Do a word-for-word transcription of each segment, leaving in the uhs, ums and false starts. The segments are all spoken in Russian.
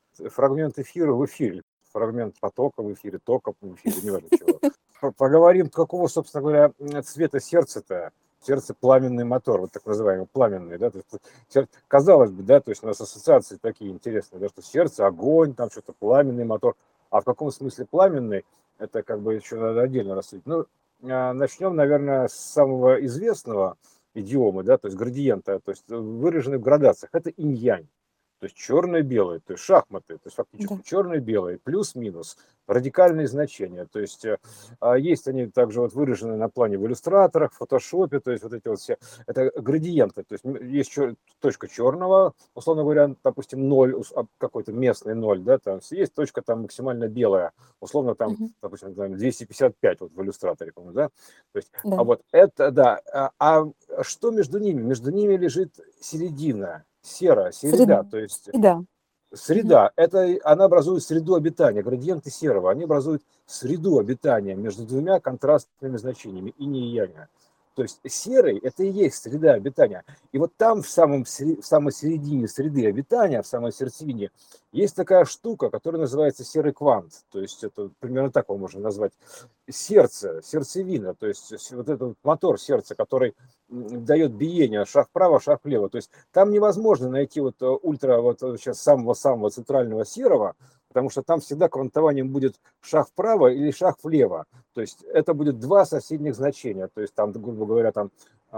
фрагмент эфира в эфире, фрагмент потока в эфире, тока в эфире, не важно чего. П- Поговорим, какого, собственно говоря, м, цвета сердце-то. Сердце пламенный мотор, вот так называемый пламенный, да, то есть сер- казалось бы, да, то есть у нас ассоциации такие интересные, да, что сердце, огонь, там что-то пламенный мотор, а в каком смысле пламенный, это как бы еще надо отдельно рассудить. Ну, а, начнем, наверное, с самого известного идиома, да, то есть градиента, то есть выраженный в градациях, это инь-янь. То есть черное-белое, то есть шахматы, то есть фактически Да. черное-белое, плюс-минус, радикальные значения. То есть э, а, есть они также вот выражены на плане в иллюстраторах, в фотошопе, то есть вот эти вот все, это градиенты. То есть м, есть чер- точка черного, условно говоря, допустим, ноль, ус- а, какой-то местный ноль, да, там есть точка там максимально белая, условно там, Мгм. допустим, там двести пятьдесят пять вот в иллюстраторе, по-моему, да. То есть, а Да. вот это, да, а, а что между ними? Между ними лежит середина, сера, середа, то есть Среда. Мгм. среда, это она образует среду обитания, градиенты серого, они образуют среду обитания между двумя контрастными значениями, инь и яня. То есть серый – это и есть среда обитания. И вот там, в, самом, в самой середине среды обитания, в самой сердцевине, есть такая штука, которая называется серый квант. То есть это примерно так его можно назвать. Сердце, сердцевина, то есть вот этот мотор сердца, который дает биение шаг вправо, шаг влево. То есть там невозможно найти вот ультра, вот сейчас самого-самого центрального серого, потому что там всегда квантованием будет шаг вправо или шаг влево. То есть это будет два соседних значения. То есть там, грубо говоря, там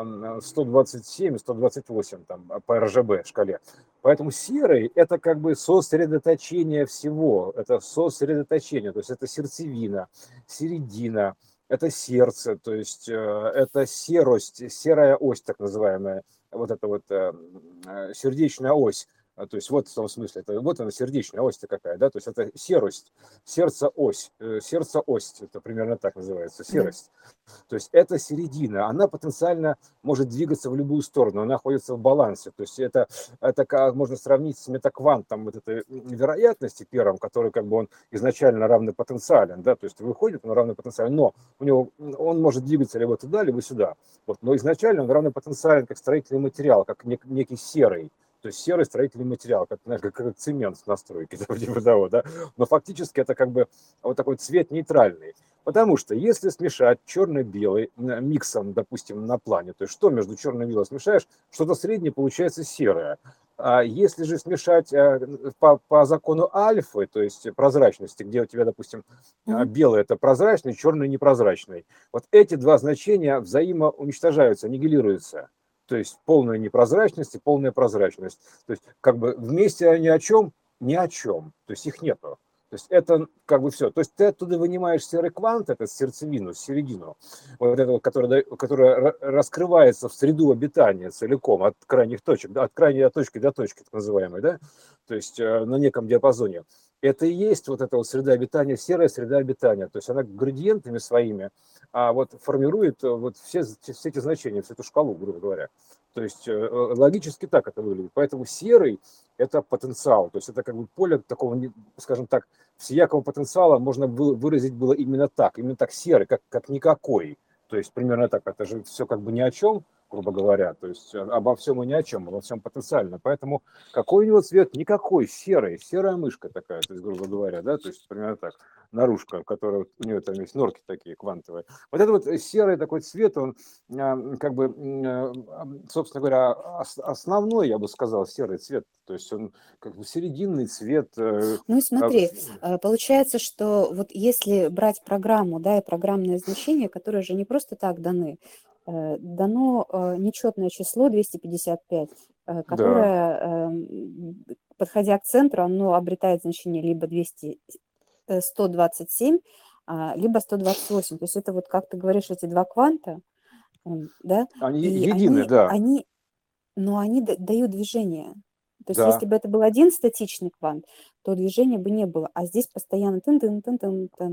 сто двадцать семь, сто двадцать восемь там, по эр жэ бэ шкале. Поэтому серый – это как бы сосредоточение всего, это сосредоточение, то есть это сердцевина, середина, это сердце, то есть э, это серость, серая ось так называемая, вот эта вот э, э, сердечная ось. А, То есть вот в том смысле, это, вот она сердечная ось-то какая, да, то есть это серость, сердце-ось, э, сердце-ось, это примерно так называется, Да. серость. То есть это середина, она потенциально может двигаться в любую сторону, она находится в балансе. То есть это, это как можно сравнить с метаквантом вот этой вероятности первым, который как бы он изначально равнопотенциален, да, то есть выходит, он равнопотенциален, но у него он может двигаться либо туда, либо сюда. Вот, но изначально он равнопотенциален как строительный материал, как нек, некий серый. То есть серый строительный материал, как, знаешь, как, как цемент в настройке, типа того, да. Но фактически это как бы вот такой цвет нейтральный. Потому что если смешать черно-белый миксом, допустим, на плане, то есть что между черным и белым смешаешь, что-то среднее получается серое. А если же смешать по, по закону альфы, то есть прозрачности, где у тебя, допустим, Мгм. белый это прозрачный, черный непрозрачный, вот эти два значения взаимоуничтожаются, аннигилируются. То есть полная непрозрачность и полная прозрачность. То есть как бы вместе они о чем? Ни о чем. То есть их нету. То есть это как бы все. То есть ты оттуда вынимаешь серый квант, это сердцевину, середину, вот это вот, которая, которая раскрывается в среду обитания целиком, от крайних точек, от крайней точки до точки, так называемой, да, то есть на неком диапазоне. Это и есть вот эта вот среда обитания, серая среда обитания. То есть она градиентами своими а вот формирует вот все, все эти значения, всю эту шкалу, грубо говоря. То есть логически так это выглядит. Поэтому серый – это потенциал. То есть это как бы поле такого, скажем так, всеякого потенциала можно было выразить было именно так, именно так серый, как, как никакой. То есть примерно так, это же все как бы ни о чем, грубо говоря, то есть обо всем и ни о чем, обо всем потенциально. Поэтому какой у него цвет? Никакой, серый, серая мышка такая, то есть, грубо говоря, да, то есть примерно так, наружка, которая у нее там есть норки такие квантовые. Вот это вот серый такой цвет, он как бы, собственно говоря, основной, я бы сказал, серый цвет, то есть он как бы серединный цвет. Ну и смотри, э, получается, что вот если брать программу, да, и программное значение, которые же не просто так даны, э, дано э, нечетное число двести пятьдесят пять, э, Да. которое, эм, подходя к центру, оно обретает значение либо двести, э, сто двадцать семь, а, либо сто двадцать восемь. То есть это вот, как ты говоришь, эти два кванта, м, да, Они и едины, они, да. они, но они да- дают движение. То есть Да. если бы это был один статичный квант, то движения бы не было. А здесь постоянно тын тын тын тын тын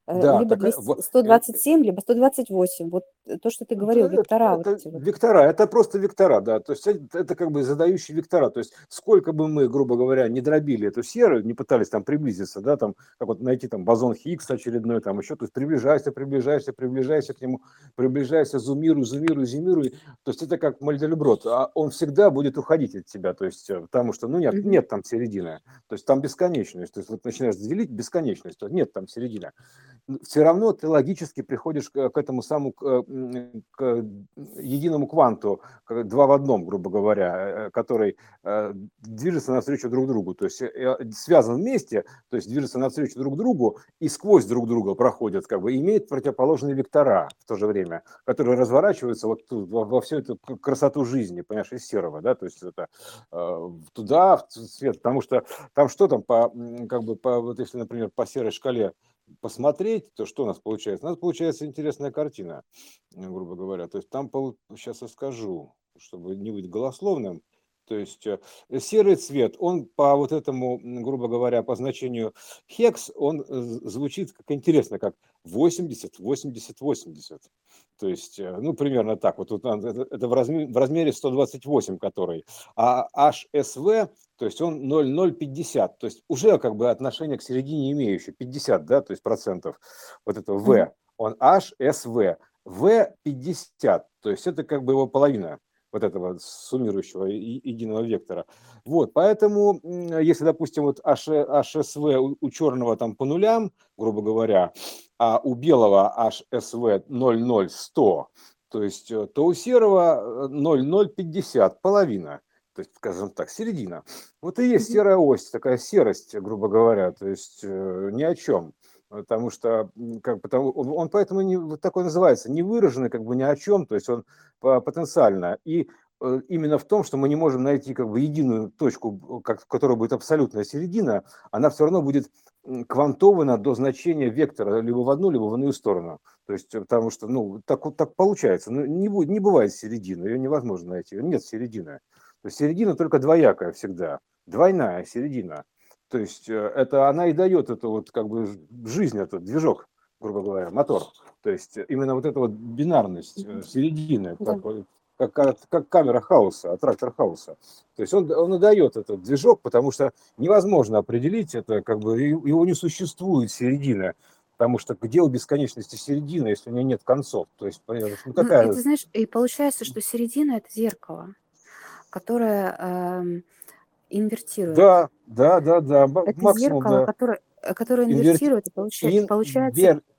Да, либо так э, двести, во- сто э, двадцать семь, либо сто двадцать восемь. Вот то, что ты говорил, да, это, вектора вот это эти вот. вектора, это просто вектора, да, то есть это, это как бы задающие вектора, то есть сколько бы мы, грубо говоря, не дробили эту серую, не пытались там приблизиться, да, там, как вот найти там бозон Хиггса очередной, там еще, то есть приближайся, приближайся, приближайся к нему, приближайся, зумируй, зумируй, зумируй, то есть это как Мальдельброд, а он всегда будет уходить от тебя, то есть э, потому что, ну нет, Мгм. нет там середины, то есть там бесконечность, то есть вот начинаешь делить бесконечность, то есть нет там середины. Все равно ты логически приходишь к, к этому самому к, м, к единому кванту, к- два в одном, грубо говоря, э, который э, движется навстречу друг другу, то есть э, связан вместе, то есть движется навстречу друг другу и сквозь друг друга проходят, как бы, и имеет противоположные вектора в то же время, которые разворачиваются вот тут, во, во всю эту к- красоту жизни, понимаешь, из серого, да, то есть это э, туда, в цвет, потому что там что там по, м, как бы, по, вот если, например, по серой шкале посмотреть, то что у нас получается? У нас получается интересная картина, э, грубо говоря. То есть там, сейчас я скажу, чтобы не быть голословным, то есть э, серый цвет, он по вот этому, м, грубо говоря, по значению хекс, он э, звучит как интересно, как восемьдесят, восемьдесят, восемьдесят. То есть, э, ну, примерно так. Вот тут надо- это, это в размере, в размере сто двадцать восемь, который. А эйч эс ви, то есть он ноль целых ноль пятьдесят, то есть уже как бы отношение к середине имеющий, пятьдесят, да, то есть процентов вот этого Мгм. V, он эйч эс ви, V пятьдесят, то есть это как бы его половина вот этого суммирующего и- единого вектора. Вот, поэтому, м, если, допустим, вот H, эйч эс ви у, у черного там по нулям, грубо говоря, а у белого эйч эс ви ноль целых ноль сто, то есть, э, то у серого э, ноль целых ноль пятьдесят, половина, то есть, скажем так, середина. Вот и есть Мгм. серая ось, такая серость, грубо говоря, то есть э, ни о чем. Потому что м, как, потому, он, он поэтому не, вот такой называется, не выраженный как бы ни о чем, то есть он по- потенциально. И э, именно в том, что мы не можем найти как бы единую точку, как, которая будет абсолютная середина, она все равно будет м, квантована до значения вектора либо в одну, либо в иную сторону. То есть, э, потому что, ну, так, вот так получается. Ну, не, будет, не бывает середины, ее невозможно найти. Нет середины. То есть середина только двоякая всегда, двойная середина. То есть э, это она и дает эту вот как бы жизнь, этот движок, грубо говоря, мотор. То есть э, именно вот эта вот бинарность Мгм. э, середины, Да. как, вот- как, как, как камера хаоса, трактор хаоса. То есть он, он и дает этот движок, потому что невозможно определить это, как бы и- его не существует середины. Потому что где у бесконечности середина, если у нее нет концов? То есть, понимаешь, ну Ну, и какая... ты знаешь, и получается, что середина — это зеркало, которое, ам, инвертирует. Да, да, да, да, ма- Это максимум, зеркало, да. которое, э, которое Инверти... инвертирует, и получа получается, Инвер...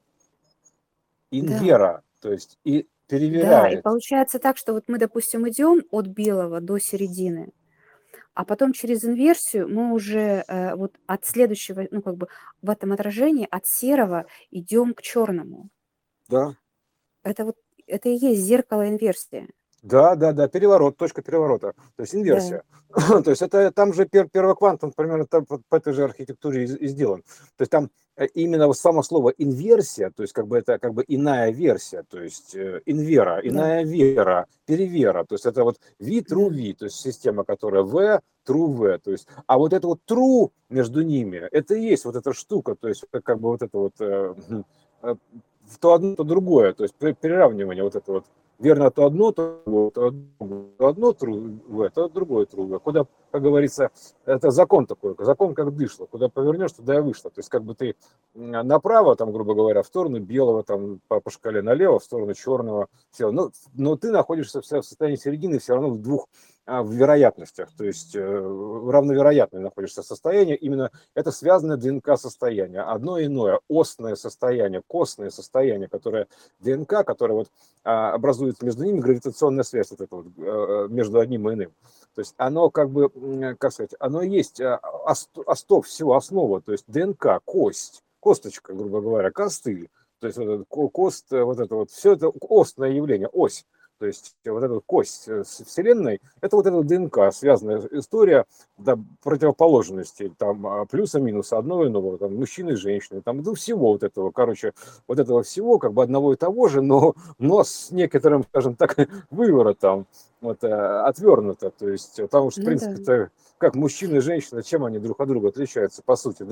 да, Инвера, то есть и да, и перевирает. получается так, что вот мы, допустим, идем от белого до середины, а потом через инверсию мы уже, э, вот от следующего, ну, как бы в этом отражении от серого идем к черному. Да, Это вот это и есть зеркало инверсии. да, да, да, переворот, точка переворота, то есть Да. инверсия. То есть это там же пер, первоквант, он примерно там, вот по этой же архитектуре и, и сделан. То есть там э, именно вот само слово инверсия, то есть как бы это как бы иная версия, то есть э, инвера, Да, иная вера, перевера, то есть это вот V, true да. V, то есть система, которая V, true V, то есть, а вот это вот true между ними, это и есть вот эта штука, то есть это как бы вот это вот э, э, то одно, то другое, то есть переравнивание вот это вот. Верно, то одно, то другое, то одно трудное, то другое трудное. Куда, как говорится, это закон такой, закон как дышло. Куда повернешь, туда и вышло. То есть как бы ты направо, там, грубо говоря, в сторону белого, там, по, по шкале налево, в сторону черного. Все. Но, но ты находишься в состоянии середины все равно в двух а, в вероятностях. То есть э, равновероятное находишься состояние. Именно это связано ДНК состояние. Одно иное, осное состояние, костное состояние, которое ДНК, которое вот а, образуется между ними гравитационная связь вот эта вот, э, между одним и иным. То есть оно как бы, как сказать, оно есть остов, всего основа, то есть ДНК, кость, косточка, грубо говоря, костыль. То есть вот этот кост, вот это вот, все это остное явление, ось. То есть вот эта вот кость Вселенной, это вот эта ДНК, связанная история, да, противоположностей, там плюса, минуса, одного и нового, там мужчины и женщины, там ну, всего вот этого, короче, вот этого всего, как бы одного и того же, но, но с некоторым, скажем так, выворотом, вот, отвернуто, то есть, потому что, в Ну да. принципе, это как мужчина и женщина, чем они друг от друга отличаются, по сути, да,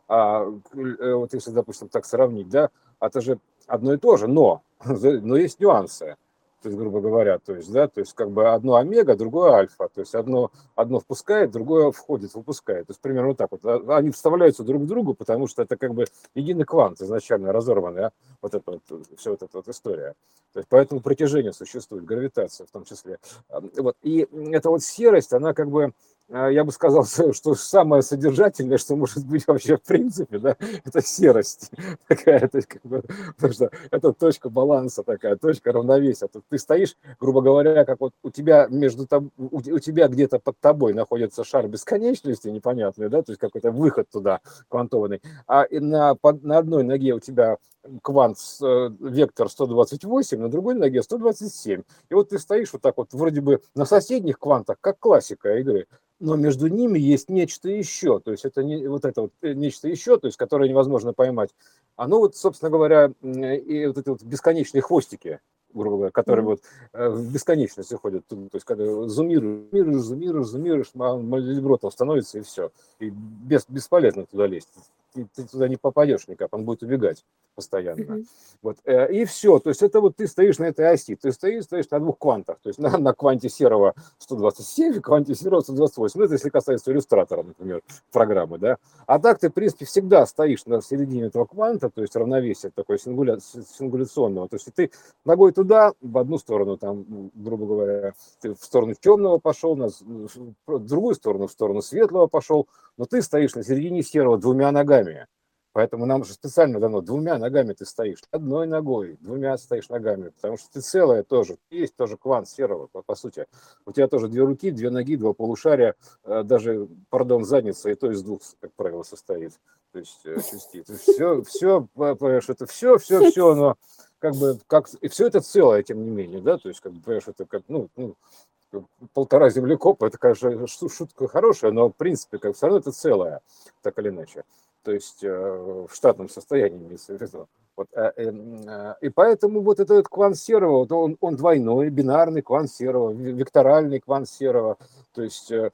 А э, вот если, допустим, так сравнить, да, это же одно и то же, но, но есть нюансы. То есть, грубо говоря, то есть, да, то есть как бы одно омега, другое альфа, то есть одно, одно впускает, другое входит, выпускает. То есть примерно вот так вот. А- Они вставляются друг к другу, потому что это как бы единый квант изначально разорванный, а? Вот это вот, все вот эта вот история. То есть поэтому притяжение существует, гравитация в том числе. А, Вот. И эта вот серость, она как бы, а, я бы сказал, что самое содержательное, что может быть вообще в принципе, да, это серость такая, то есть, как бы, потому что это точка баланса такая, точка равновесия. Тут ты стоишь, грубо говоря, как вот у тебя между тоб- у, у тебя где-то под тобой находится шар бесконечности непонятный, да, то есть какой-то выход туда квантованный, а и на, под- на одной ноге у тебя квант, с, э, вектор сто двадцать восемь, на другой ноге сто двадцать семь. И вот ты стоишь вот так вот вроде бы на соседних квантах, как классика игры, но между ними есть нечто еще, то есть это не вот это вот э, нечто еще, то есть которое невозможно поймать. Оно вот, собственно говоря, м, и вот эти вот бесконечные хвостики, грубо говоря, которые Мгм. вот э, в бесконечность уходят, то есть когда зумируешь, зумируешь, зумируешь, зумируешь, Мальбротом становится и все, и без, бесполезно туда лезть, ты, ты туда не попадешь никак, он будет убегать постоянно. Мгм. Вот, э, и все, то есть это вот ты стоишь на этой оси, ты стоишь, стоишь на двух квантах, то есть на, на кванте серого сто двадцать семь, кванте серого сто двадцать восемь, ну это если касается иллюстратора, например, программы, да, а так ты, в принципе, всегда стоишь на середине этого кванта, то есть равновесие такое сингуля... сингуляционного. То есть ты ногой туда, в одну сторону, там, грубо говоря, ты в сторону темного пошел, на в другую сторону, в сторону светлого пошел, но ты стоишь на середине серого двумя ногами. Поэтому нам же специально дано, двумя ногами ты стоишь, одной ногой, двумя стоишь ногами, потому что ты целая тоже, есть тоже квант серого, по, по сути. У тебя тоже две руки, две ноги, два полушария, э, даже, пардон, задница, и то из двух, как правило, состоит, то есть э, частиц. Все, все, понимаешь, это все, все, все, оно как бы, как, и все это целое, тем не менее, да, то есть, как бы, понимаешь, это как, ну, ну, полтора землекопа, это, конечно, шутка хорошая, но, в принципе, как все равно это целое, так или иначе. То есть э, в штатном состоянии имеется в виду. Вот, э, э, и поэтому вот этот квант серого, вот он, он двойной, бинарный квант серого, векторальный квант серого. То есть э,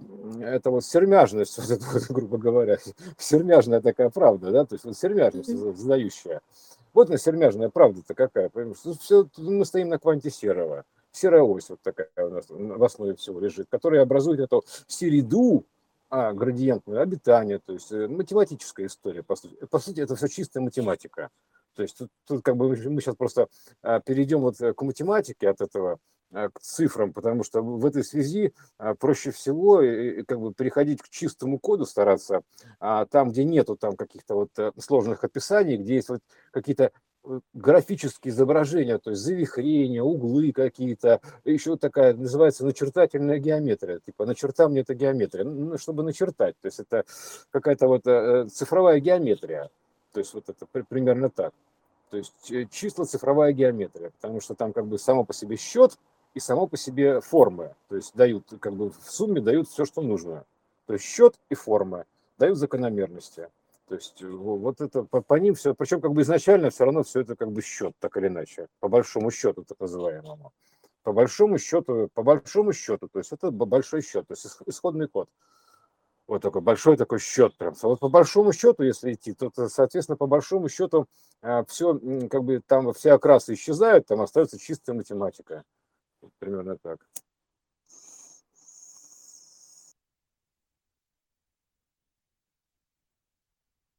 это вот сермяжность, вот это вот, грубо говоря, сермяжная такая правда, да, то есть вот сермяжность Мгм. задающая. Вот на сермяжная правда-то какая, понимаешь? Все, мы стоим на кванте серого. Серая ось вот такая у нас в основе всего лежит, которая образует эту середу, а, градиентное обитание, то есть э, математическая история, по сути. По сути, это все чистая математика. То есть тут, тут как бы мы сейчас просто а, перейдем вот э, к математике от этого, а, к цифрам, потому что в этой связи а, проще всего э, э, как бы переходить к чистому коду, стараться, а, там, где нету там каких-то вот э, сложных описаний, где есть вот какие-то э, графические изображения, то есть завихрения, углы какие-то, еще такая называется начертательная геометрия, типа начерта мне это геометрия, ну, чтобы начертать, то есть это какая-то вот э, цифровая геометрия, то есть вот это при- примерно так, то есть э, числа цифровая геометрия, потому что там как бы само по себе счет и само по себе формы, то есть дают как бы в сумме дают все, что нужно, то есть счет и формы дают закономерности. То есть э, вот это по, по ним все, причем как бы изначально все равно все это как бы счет, так или иначе, по большому счету так называемому. По большому счету, по большому счету, то есть это большой счет, то есть исходный код. Вот такой большой такой счет прям. А вот по большому счету, если идти, то, то соответственно, по большому счету а, все, как бы там все окрасы исчезают, там остается чистая математика. Вот примерно так.